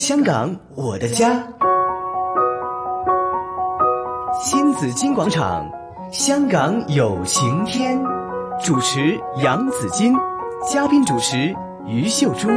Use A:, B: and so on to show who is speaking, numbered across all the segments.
A: 香港，我的家。新紫金广场，香港有晴天。主持杨紫金，嘉宾主持于秀珠。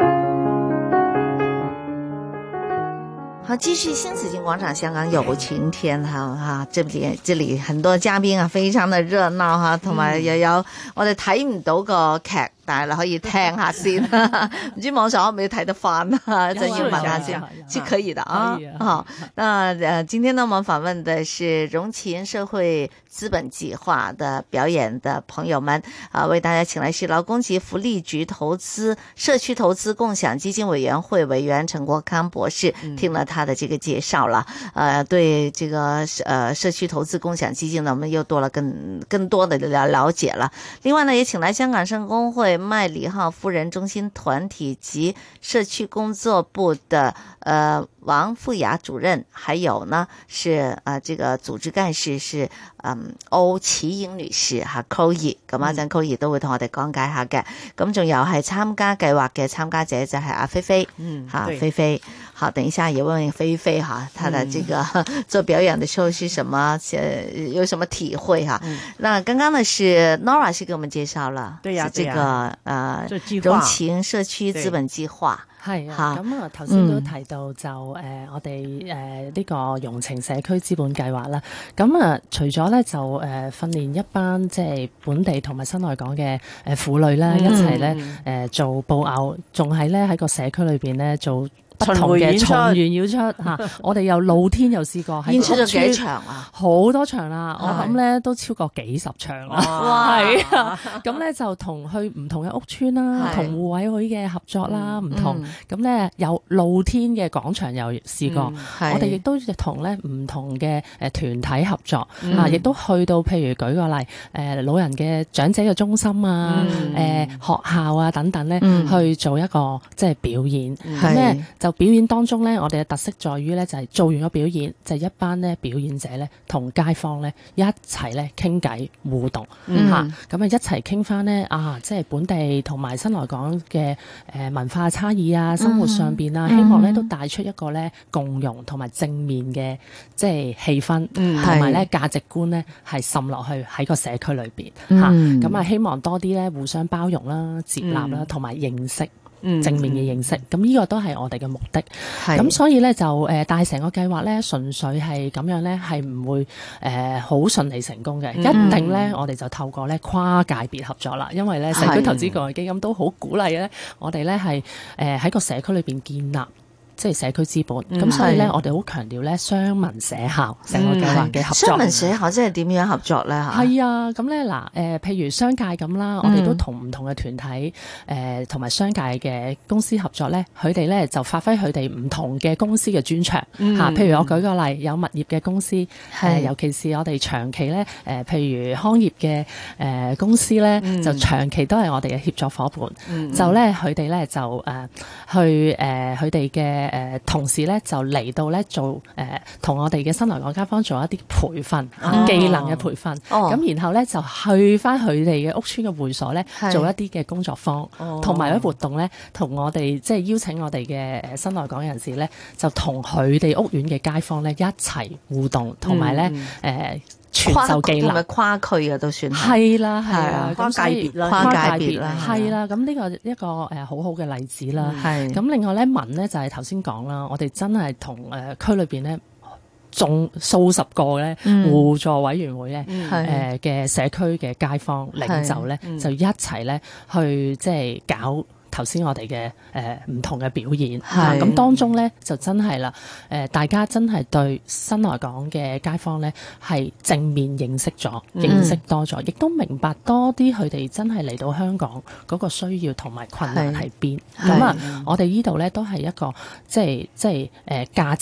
B: 好，继續新紫荊廣場，香港有晴天哈，這裏很多嘉賓啊，非常的熱鬧哈，同埋又有我哋睇唔到個劇，但係你可以聽下先，唔知網上可唔可以睇得翻啊？真要問下先，是可以的啊。好，那今天呢，我們訪問的是融勤社會資本計劃的表演的朋友們啊，為大家請來是勞工及福利局社區投資共享基金委員會委員陳國康博士，聽了他的這個介紹了，對這個社區投資共享基金呢，我們又多了更多的了解了。另外呢，也請來香港聖公會麥理浩夫人中心團體及社區工作部的王富雅主任，還有呢是這個組織幹事是歐啟英女士哈 Chloe， 咁一陣 Chloe 都會同我哋講解下嘅。咁仲有係參加計劃嘅參加者就係阿菲菲，菲菲。好，等一下也問問菲菲哈，她的這個做表演的時候是什麼，有什麼體會哈？那剛剛呢是 Nora 是給我們介紹了，
C: 對呀，
B: 這個融勤社區資本計劃。
C: 係啊，咁啊頭先都提到就我哋呢個融勤社區資本計劃啦，咁啊除咗咧就訓練一班即係本地同埋新來港嘅婦女啦，一齊咧做布偶，仲係咧喺個社區裏邊咧做不同嘅巡迴演出嚇，我哋又露天又試過，
B: 演出咗幾場啊？
C: 好多場啦，我諗咧都超過幾十場啦。哇！係啊，咁咧就去唔同嘅屋邨啦，同互委會嘅合作啦，唔同咁咧有露天嘅廣場又試過，我哋亦都同咧唔同嘅團體合作啊，亦都去到譬如舉個例老人嘅長者嘅中心啊，學校啊等等咧去做一個即係表演咁咧。就表演當中咧，我哋嘅特色在於咧，就係做完個表演，就係一班咧表演者咧，同街坊咧一齊咧傾偈互動嚇，咁啊一齊傾翻咧即係本地同埋新來港嘅文化差異啊，生活上邊啊，希望咧都帶出一個咧共融同埋正面嘅即係氣氛，同埋咧價值觀咧係滲落去喺個社區裏邊嚇，咁啊希望多啲咧互相包容啦、接納啦，同埋認識。正面嘅認識，咁呢個都係我哋嘅目的。咁所以咧就但係成個計劃咧純粹係咁樣咧，係唔會好順利成功嘅。一定咧，我哋就透過咧跨界別合作啦。因為咧社區投資共享基金都好鼓勵咧，我哋咧係喺個社區裏邊建立。即係社區資本，咁所以咧，我哋好強調咧商民社校成個計劃嘅合作。
B: 商民社校即係點樣合作咧？嚇
C: 係啊，咁咧嗱譬如商界咁啦，我哋都同唔同嘅團體同埋商界嘅公司合作咧，佢哋咧就發揮佢哋唔同嘅公司嘅專長嚇。譬如我舉個例，有物業嘅公司，尤其是我哋長期咧譬如康業嘅公司咧，就長期都係我哋嘅協作伙伴。就咧佢哋咧就去佢哋嘅。同時咧就嚟到咧做同我哋嘅新來港街坊做一啲培訓技能嘅培訓，咁然後咧就去翻佢哋嘅屋邨嘅會所咧做一啲嘅工作坊，同埋啲活動咧同我哋即係邀請我哋嘅新來港人士咧就同佢哋屋苑嘅街坊咧一齊互動，同埋咧傳授技能，
B: 咪跨區嘅都算
C: 係啦，係啊，
B: 跨界別啦，
C: 跨界別啦，係啦。咁呢個一個好好嘅例子啦。係咁，另外咧民咧就係頭先講啦，我哋真係同區裏邊咧眾數十個咧互助委員會咧嘅社區嘅街坊領袖咧就一齊咧去即係搞。頭先我哋嘅唔同嘅表演，咁當中咧就真係啦，大家真係對新來港嘅街坊咧係正面認識咗，認識多咗，亦都明白多啲佢哋真係嚟到香港嗰個需要同埋困難喺邊。咁啊，我哋呢度咧都係一個即係價值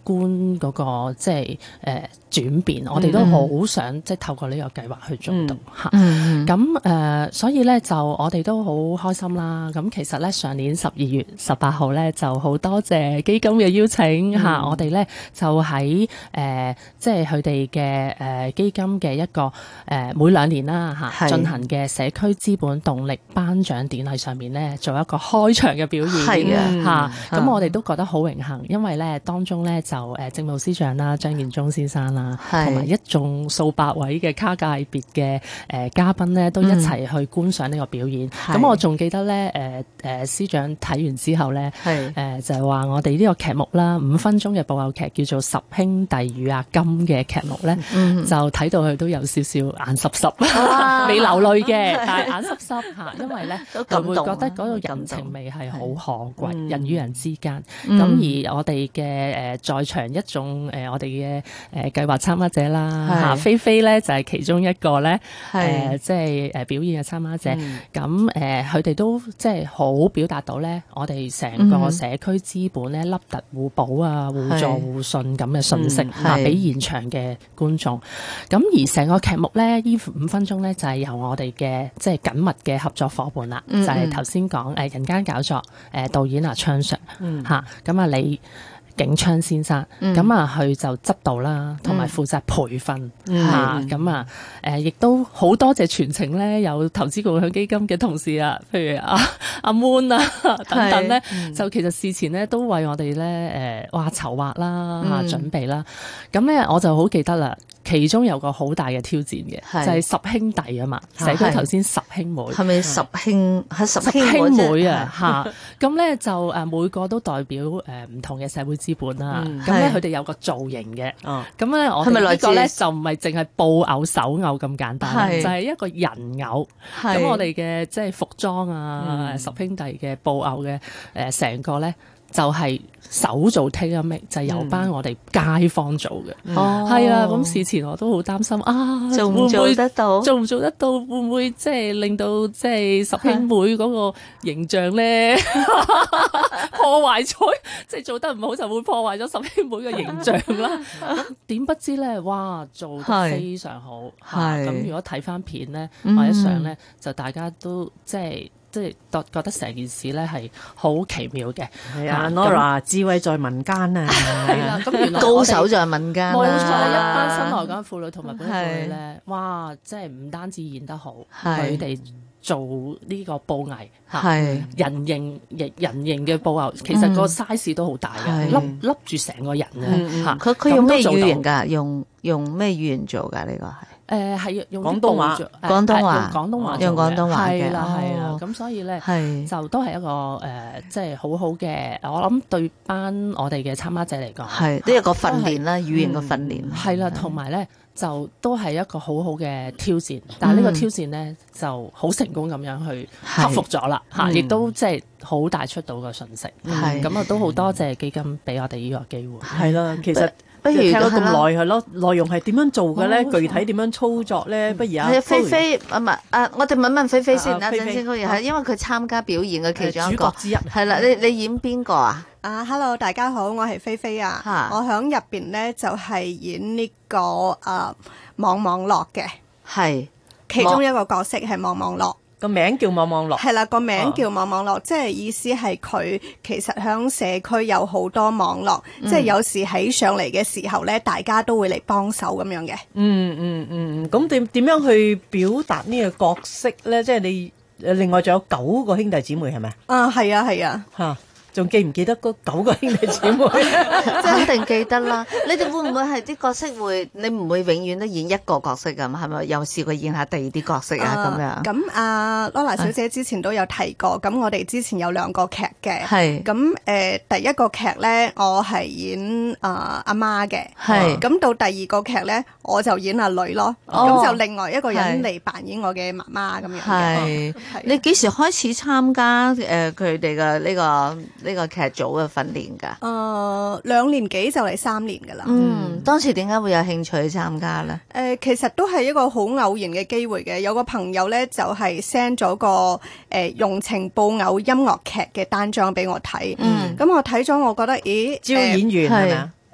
C: 觀嗰個即係轉變，我哋都好想即係透過呢個計劃去做到嚇。咁所以咧就我哋都好開心啦。咁其實咧上年12月18號咧就好多謝基金嘅邀請嚇，我哋咧就喺即係佢哋嘅基金嘅一個每2年啦嚇進行嘅社區資本動力頒獎典禮上面咧做一個開場嘅表演嚇。咁我哋都覺得好榮幸，因為咧當中咧就政務司長啦張建宗先生啦，同埋一眾數百位嘅跨界別嘅嘉賓咧都一齊去觀賞呢個表演。咁我仲記得咧司長睇完之後咧就係話我哋呢個劇目啦，5分鐘嘅布偶劇叫做《十兄弟與阿金》嘅劇目咧，就睇到佢都有少少眼濕濕，未流淚嘅，但係眼濕濕嚇，因為咧就會覺得嗰個人情味係好可貴，人與人之間。咁而我哋嘅在場一眾我哋嘅計劃參加者啦，菲菲咧就係其中一個咧即係表演嘅參加者。咁佢哋都即係好表達到咧，我哋成個社區資本咧凹凸互補啊，互助互信咁嘅信息俾現場嘅觀眾。咁而成個劇目咧，呢5分鐘咧就係由我哋嘅即係緊密嘅合作夥伴啦，就係頭先講人間搞作導演昌 Sir 嚇，咁李景昌先生，咁佢就執導啦，同埋負責培訓嚇，咁亦都好多謝全程咧有投資共享基金嘅同事啊，譬如阿 Moon 啊等等咧，就其實事前咧都為我哋咧籌劃啦準備啦，咁咧我就好記得啦。其中有個好大嘅挑戰嘅，就係10兄弟啊嘛，寫咗頭先10兄妹，係咪10兄妹啊？嚇，咁咧就每個都代表唔同嘅社會資本啦。咁咧佢哋有個造型嘅，咁咧我哋呢個咧就唔係淨係布偶手偶咁簡單，就係一個人偶。咁我哋嘅即係服裝啊，10兄弟嘅布偶嘅成個咧。就係手做 tailor make， 就係由班我哋街坊做嘅，係啊。咁事前我都好擔心做唔做得到？做唔做得到？會唔會即係令到即係10兄妹嗰個形象咧破壞咗？即係做得唔好就會破壞咗10兄妹嘅形象啦。咁點不知咧，哇，做得非常好。咁如果睇翻片咧，或者相咧，就大家都即係覺得成件事咧係好奇妙嘅。
D: 係啊 ，Nora 智慧在民間啊，
C: 係啦。咁原來
B: 高手在民間，
C: 冇錯，一班新來港婦女同埋本地婦女咧，哇！即係唔單止演得好，佢哋做呢個布藝人形嘅布偶，其實個 size 都好大嘅，笠住成個人嘅嚇。
B: 佢用咩語言㗎？用咩語言做㗎？呢個係？
C: 係用
D: 廣東話，
B: 廣東話，
C: 用廣東話
B: 嘅，
C: 係啦。咁所以咧，就都係一個即係好好嘅。我諗對班我哋嘅參加者嚟講，
B: 係呢一個訓練啦，語言嘅訓練
C: 係啦，同埋咧就都係一個好好嘅挑戰。但係呢個挑戰咧就好成功咁樣去克服咗啦，嚇！亦都即係好帶出到個訊息。係咁啊，都好多謝基金俾我哋呢個機會。
D: 係啦，其實。不如聽咗咁耐係咯，內容係點樣做嘅咧？具體點樣操作咧？不如
B: 菲菲我哋問菲菲先啦，陣先可以係，因為佢參加表演嘅其中一個
D: 主角之一。
B: 係啦，你演邊個啊
E: ？Hello， 大家好，我係菲菲啊。我響入邊咧就係演呢個網絡嘅，係其中一個角色係網絡。
D: 個名叫網絡，
E: 係啦，個名叫網絡，即係意思係佢其實響社區有好多網絡，即係有時喺上嚟嘅時候咧，大家都會嚟幫手咁樣嘅。
D: 咁點樣去表達呢個角色咧？即係你另外仲有9個兄弟姊妹係咪？
E: 係啊，
D: 嚇。仲記唔記得嗰9個兄弟姊妹？
B: 肯定記得啦！你哋會唔會係啲角色你唔會永遠都演一個角色咁？係咪有試過演下第二啲角色啊？咁樣
E: 咁Lola 小姐之前都有提過，咁我哋之前有2個劇嘅，係咁第一個劇咧，我係演阿媽嘅，係咁到第二個劇咧，我就演阿女咯，咁就另外一個人嚟扮演我嘅媽媽咁樣嘅。係
B: 你幾時開始參加佢哋嘅呢個劇組嘅訓練㗎
E: ？2年幾就嚟3年㗎啦。
B: 當時點解會有興趣去參加咧？
E: 其實都係一個好偶然嘅機會嘅。有個朋友咧就係 send 咗個用情布偶音樂劇嘅單張俾我睇。咁我睇咗，我覺得，咦？
D: 招演員係咪啊？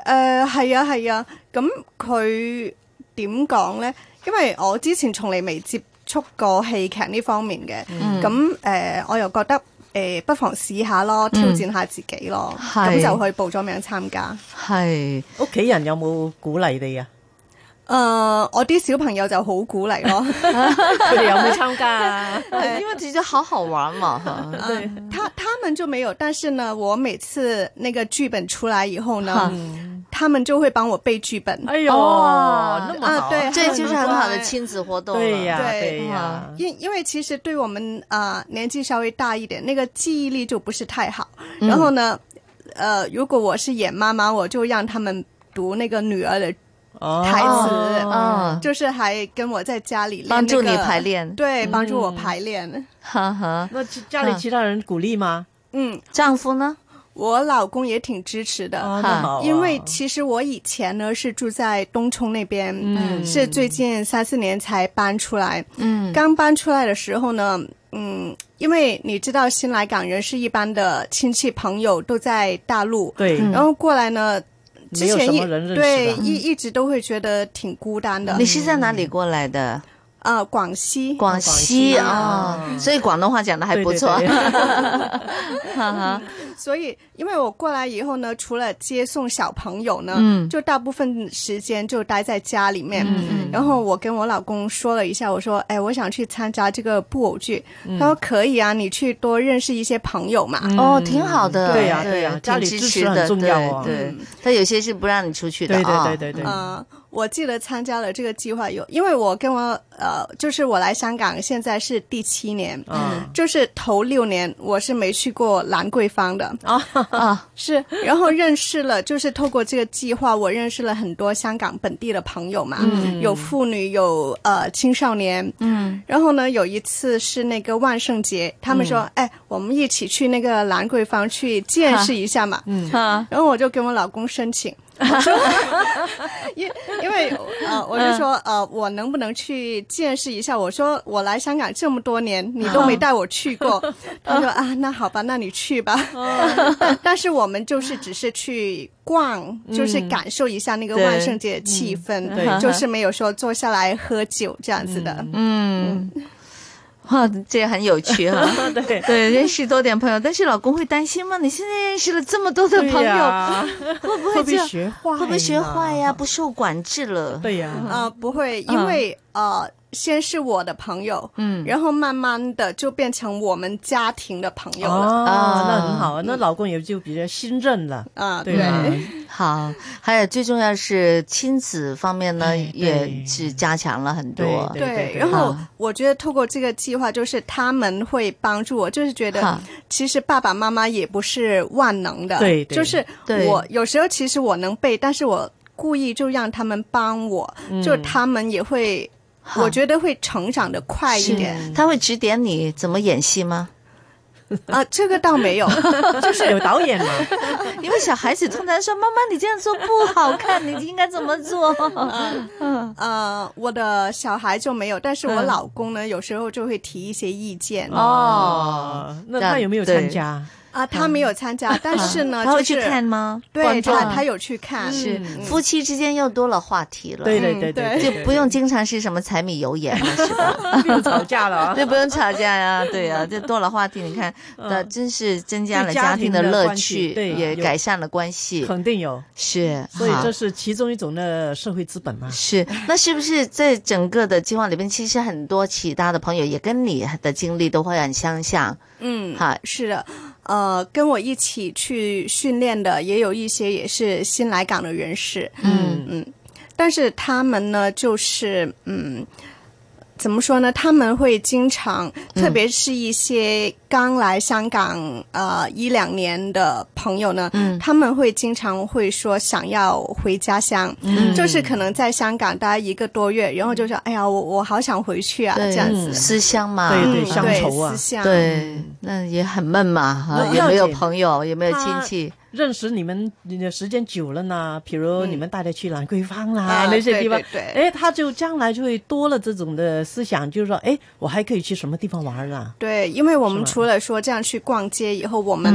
E: 係啊，咁佢點講咧？因為我之前從嚟未接觸過戲劇呢方面嘅，咁我又覺得不妨試下咯，挑戰下自己咯，咁就去報咗名參加。
D: 係屋企人有冇鼓勵你啊？
E: 我啲小朋友就好鼓勵咯，
D: 佢哋有冇參加啊？
B: 因為覺得好好玩嘛。
E: 他們就沒有，但是呢，我每次那個劇本出來以後呢，他們就會幫我背劇本。
D: 哎呦，那麼好，
E: 對，
B: 這就是很好的親子活動。
D: 對呀，
E: 因為其實對我們年紀稍微大一點，那個記憶力就不是太好。然後呢，如果我是演媽媽，我就讓他們讀那個女兒的台詞，就是還跟我在家裏練，
B: 幫助你排練，
E: 對，幫助我排練。
D: 那家裏其他人鼓勵嗎？
B: 丈夫呢？
E: 我老公也挺支持的，因為其實我以前呢是住在東涌那邊，是最近3-4年才搬出來。剛搬出來的時候呢，因為你知道新來港人士一般的親戚朋友都在大陸，對，然後過來呢。之前一直都會覺得挺孤單的。
B: 你是在哪裡過來的？
E: 廣西。
B: 廣西啊，所以廣東話講得還不錯。
E: 所以，因為我過來以後呢，除了接送小朋友呢，就大部分時間就待在家裡面。然後我跟我老公說了一下，我說：“哎，我想去參加這個布偶劇。”他說：“可以啊，你去多認識一些朋友嘛。”
B: 哦，挺好的。
D: 對呀，對呀，家裡支持很重要啊。
B: 對，他有些是不讓你出去的啊。
D: 對。
E: 我記得參加了這個計劃因為我跟我就是我來香港現在是第7年，就是頭6年我是沒去過蘭桂坊的是，然後認識了，就是透過這個計劃，我認識了很多香港本地的朋友嘛，有婦女，有青少年，然後呢有一次是那個萬聖節，他們說，哎，我們一起去那個蘭桂坊去見識一下嘛，然後我就跟我老公申請。因為我就說我能不能去見識一下？我說我來香港這麼多年，你都沒帶我去過。他說那好吧，那你去吧。但是我們就是只是去逛，就是感受一下那個萬聖節的氣氛，就是沒有說坐下來喝酒這樣子的。
B: 哇，這很有趣哈！對，認識多點朋友，但是老公會擔心嗎？你現在認識了這麼多的朋友，會不會學壞？會不會學壞呀？不受管制了？
D: 對呀，
E: 不會，因為先是我的朋友，然後慢慢的就變成我們家庭的朋友了。
D: 那很好，那老公也就比較信任了。對，
B: 好，還有最重要是親子方面呢，也是加強了很多。
E: 對，然後我覺得透過這個計劃，就是他們會幫助我，就是覺得其實爸爸媽媽也不是萬能的。對，就是我有時候其實我能背，但是我故意就讓他們幫我，就他們也會。我覺得會成長得快一點。
B: 他會指點你怎麼演戲嗎？
E: 這個倒沒有，
D: 就是有導演嘛。
B: 因為小孩子通常說：“媽媽，你這樣做不好看，你應該怎麼做？”
E: 我的小孩就沒有，但是我老公呢，有時候就會提一些意見。
D: 那他有沒有參加？
E: 他沒有參加，但是呢，
B: 他會去看嗎？
E: 對，他有去看。
B: 是夫妻之間又多了話題了。
D: 對，
B: 就不用經常是什麼柴米油鹽了，是吧？
D: 不用吵架了，
B: 對，不用吵架呀，對呀，就多了話題。你看，真是增加了家庭的樂趣，也改善了關係。
D: 肯定有，
B: 是，
D: 所以這是其中一種的社會資本嘛。
B: 是，那是不是在整個的計劃裏邊，其實很多其他的朋友也跟你的經歷都會很相像？
E: 好，是的。跟我一起去訓練的也有一些也是新來港的人士，但是他們呢，就是怎麼說呢？他們會經常，特別是一些剛來香港1-2年的朋友呢，他們會經常會說想要回家鄉，就是可能在香港待1個多月，然後就說哎呀，我好想回去啊，這樣子
B: 思鄉嘛，
D: 對，鄉愁啊，
E: 思鄉，
B: 對，那也很悶嘛，也沒有朋友，也沒有親戚。
D: 認識你們的時間久了呢，譬如你們帶他去蘭桂坊啦，那些地方，他就將來就會多了這種的思想，就是說，我還可以去什麼地方玩啦？
E: 對，因為我們除了說這樣去逛街以後，我們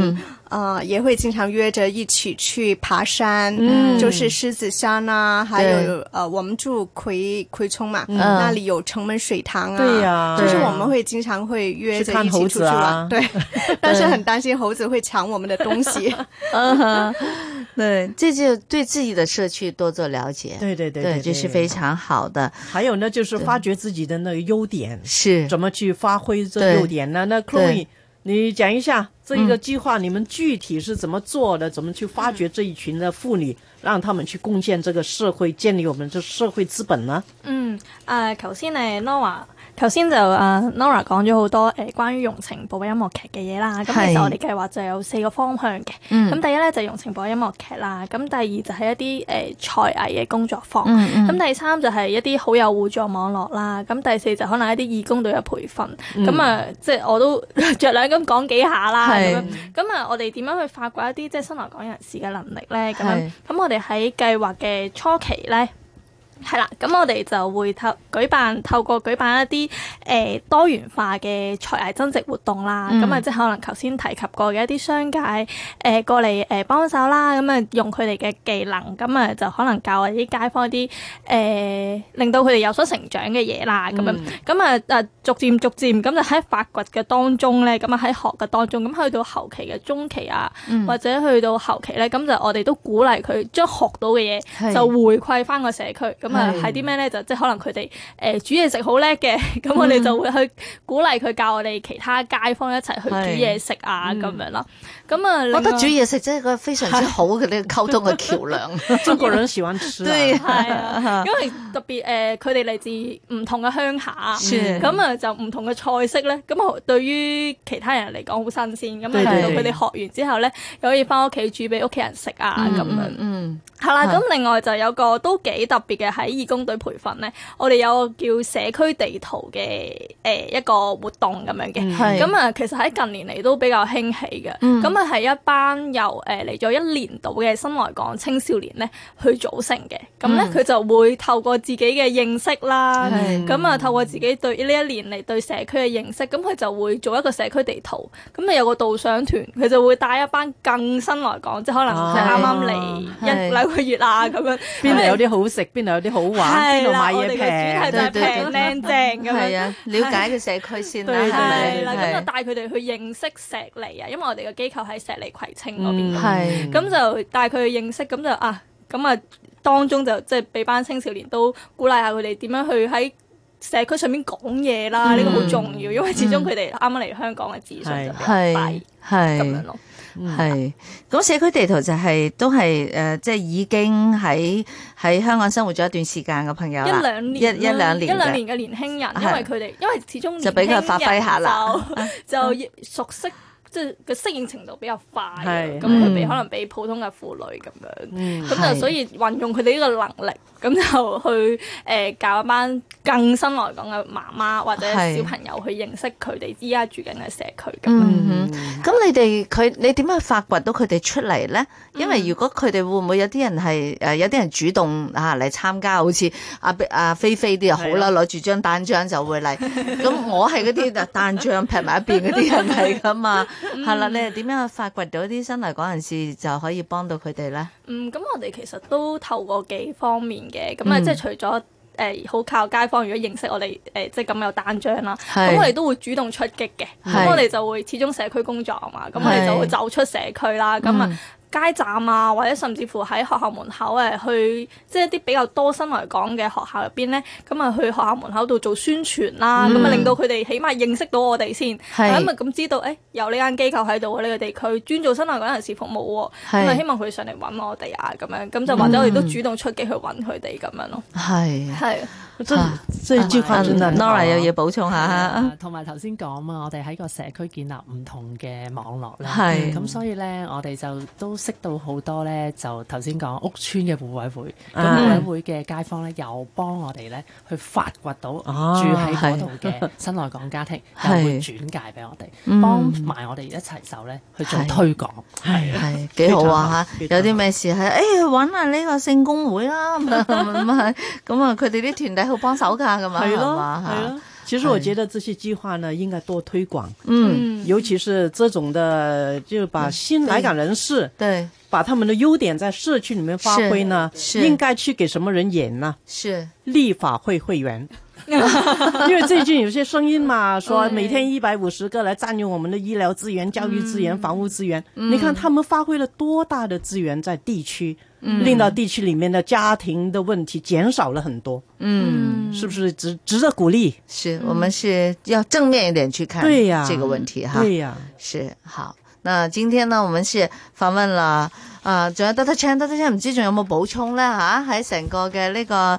E: 也會經常約着一起去爬山，就是獅子山啊，還有我們住葵涌嘛，那裡有城門水塘啊，
D: 對呀，
E: 就是我們會經常會約着一起出去玩，對，但是很擔心猴子會搶我們的東西。
B: 對，這就對自己的社區多做了解，
D: 對，
B: 這是非常好的。
D: 還有呢，就是發掘自己的那個優點，
B: 是
D: 怎麼去發揮這個優點呢？那 Chloe，你講一下這個計劃，你們具體是怎麼做的？怎麼去發掘這一群的婦女，讓他們去貢獻這個社會，建立我們這社會資本呢？
F: 頭先Nora 頭先就Nora 講咗好多關於容情步嘅音樂劇嘅嘢啦。咁其實我哋計劃就有4個方向嘅。咁第一咧就係容情步嘅音樂劇啦。咁第二就係一啲才藝嘅工作坊。咁第三就係一啲好友互助網絡啦。咁第四就可能一啲義工隊嘅培訓。咁即係我都着兩咁講幾下啦。咁我哋點樣去發掘一啲即係新來港人士嘅能力咧？咁我哋喺計劃嘅初期咧。係啦，咁我哋就會透過舉辦一啲多元化嘅才藝增值活動啦。咁即係可能頭先提及過嘅一啲商界過嚟幫手啦。咁用佢哋嘅技能，咁就可能教我哋啲街坊一啲令到佢哋有所成長嘅嘢啦。咁逐漸咁就喺發掘嘅當中咧，咁喺學嘅當中，咁去到後期嘅中期啊，或者去到後期咧，咁就我哋都鼓勵佢將學到嘅嘢就回饋翻個社區。係啲咩咧？就即係可能佢哋煮嘢食好叻嘅，咁我哋就會去鼓勵佢教我哋其他街坊一齊去煮嘢食啊，咁樣啦。我
B: 覺得煮嘢食真係一個非常之好嘅呢個溝通嘅橋梁。
D: 中國人喜歡吃，
F: 對，係啊，因為特別佢哋嚟自唔同嘅鄉下，咁就唔同嘅菜式咧，咁對於其他人嚟講好新鮮，咁令到佢哋學完之後咧，又可以翻屋企煮俾屋企人食啊，咁樣。係啦，咁另外就有個都幾特別嘅喺義工隊培訓咧，我哋有個叫社區地圖嘅一個活動咁樣嘅。咁其實喺近年嚟都比較興起嘅。咁係一班由嚟咗1年度嘅新來港青少年咧去組成嘅。咁咧佢就會透過自己嘅認識啦，咁透過自己對呢1年嚟對社區嘅認識，咁佢就會做一個社區地圖。咁有個導賞團，佢就會帶一班更新來港，即係可能即係啱啱嚟1-2個月啊咁樣，
D: 邊度有啲好食，邊度有啲好玩，邊度買嘢平，
F: 我哋嘅主題就係平靚正咁樣。
B: 係啊，了解個社區先啦，
F: 係啦，咁就帶佢哋去認識石梨啊，因為我哋嘅機構喺石梨葵青嗰邊，咁就帶佢去認識，咁就當中就即係俾班青少年都鼓勵下佢哋點樣去喺社區上面講嘢啦，呢個好重要，因為始終佢哋啱啱嚟香港嘅智商就比較低，咁樣咯。
B: 係，咁社區地圖就都係即係已經喺香港生活咗一段時間嘅朋友啦，一兩年
F: 嘅年輕人，因為佢哋因為始終
B: 就俾佢發揮下啦，
F: 就熟悉。即係個適應程度比較快，咁佢可能比普通嘅婦女咁樣，咁就所以運用佢哋呢個能力，咁就去教一班更新來港嘅媽媽或者小朋友去認識佢哋依家住緊嘅社區咁。
B: 咁你點樣發掘到佢哋出嚟咧？因為如果佢哋會唔會有啲人係有啲人主動嚟參加，好似阿菲菲啲又好啦，攞住張單張就會嚟。咁我係嗰啲單張劈埋一邊嗰啲人嚟噶嘛。係啦，你係點樣發掘到啲新來港人士就可以幫到佢哋咧？
F: 咁我哋其實都透過幾方面嘅，咁即係除咗好靠街坊，如果認識我哋即係咁有單張啦，咁我哋都會主動出擊嘅。咁我哋就會始終社區工作啊嘛，咁我哋就會走出社區啦，咁街站啊，或者甚至乎喺學校門口去即係一啲比較多新來港嘅學校入邊咧，咁去學校門口度做宣傳啦，咁令到佢哋起碼認識到我哋先，咁知道有呢間機構喺度，呢個地區專做新來港人士服務，咁希望佢上嚟揾我哋啊，咁樣咁就或者我哋都主動出擊去揾佢哋咁樣咯。係。
D: 即係招翻轉頭
B: Nora 有嘢補充下，
C: 同埋頭先講啊，我哋喺個社區建立唔同嘅網絡咧，咁所以咧我哋就都識到好多咧，就頭先講屋邨嘅互委會，咁互委會嘅街坊咧又幫我哋咧去發掘到住喺嗰度嘅新來港家庭，又會轉介俾我哋，幫埋我哋一齊手咧去做推廣，
B: 係幾好啊嚇！有啲咩事係去揾下呢個聖公會啦，咁佢哋啲團體好幫手㗎，咁啊，係嘛嚇。
D: 其实我觉得这些计划呢，应该多推广。尤其是这种的，就把新来港人士
B: 对。
D: 把他们的优点在社区里面发挥呢，应该去给什么人演呢？
B: 是
D: 立法会会员。因为最近有些声音嘛，说每天150个来占用我们的医疗资源、教育资源、房屋资源。你看他们发挥了多大的资源在地区，令到地区里面的家庭的问题减少了很多。是不是值得鼓励？
B: 是我们是要正面一點去看這個問題哈。
D: 對呀，
B: 是好。那今天呢，我們是訪問了仲有 Dr. Chan 唔知仲有冇補充咧嚇？喺成個嘅呢個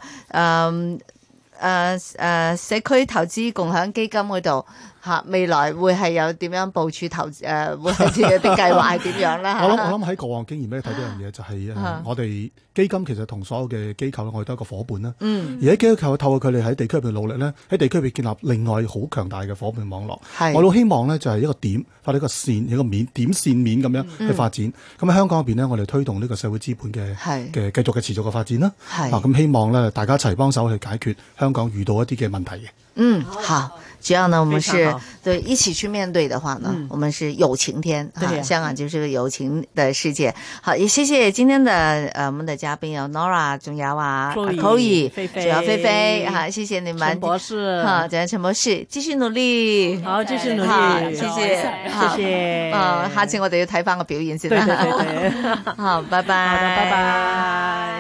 B: 社區投資共享基金嗰度嚇，未來會係有點樣部署投會係啲計劃係點樣咧？
G: 我諗喺過往經驗咧睇到一樣嘢就係我哋基金其實同所有嘅機構咧，我哋都係一個夥伴啦。而喺機構透過佢哋喺地區入邊努力咧，喺地區入邊建立另外好強大嘅夥伴網絡。我都希望咧就係一個點或者一個線一個面點線面咁樣去發展。咁喺香港入邊咧，我哋推動呢個社會資本嘅繼續嘅持續嘅發展啦。咁希望咧大家一齊幫手去解決香港遇到一啲嘅問題嘅。
B: 好。只要呢，我們是對一起去面對的話呢，我們是有晴天。對，香港就是個有情的世界。好，也謝謝今天的我們的嘉賓有 Nora，仲有Chloe，仲有菲菲。好，謝謝你們。
D: 陳博士，
B: 好，仲有陳博士，繼續努力。
D: 好，繼續努力。
B: 謝謝，
D: 謝謝。
B: 下次我哋要睇翻個表演先啦。
D: 對。
B: 好，拜拜。
D: 好的，拜拜。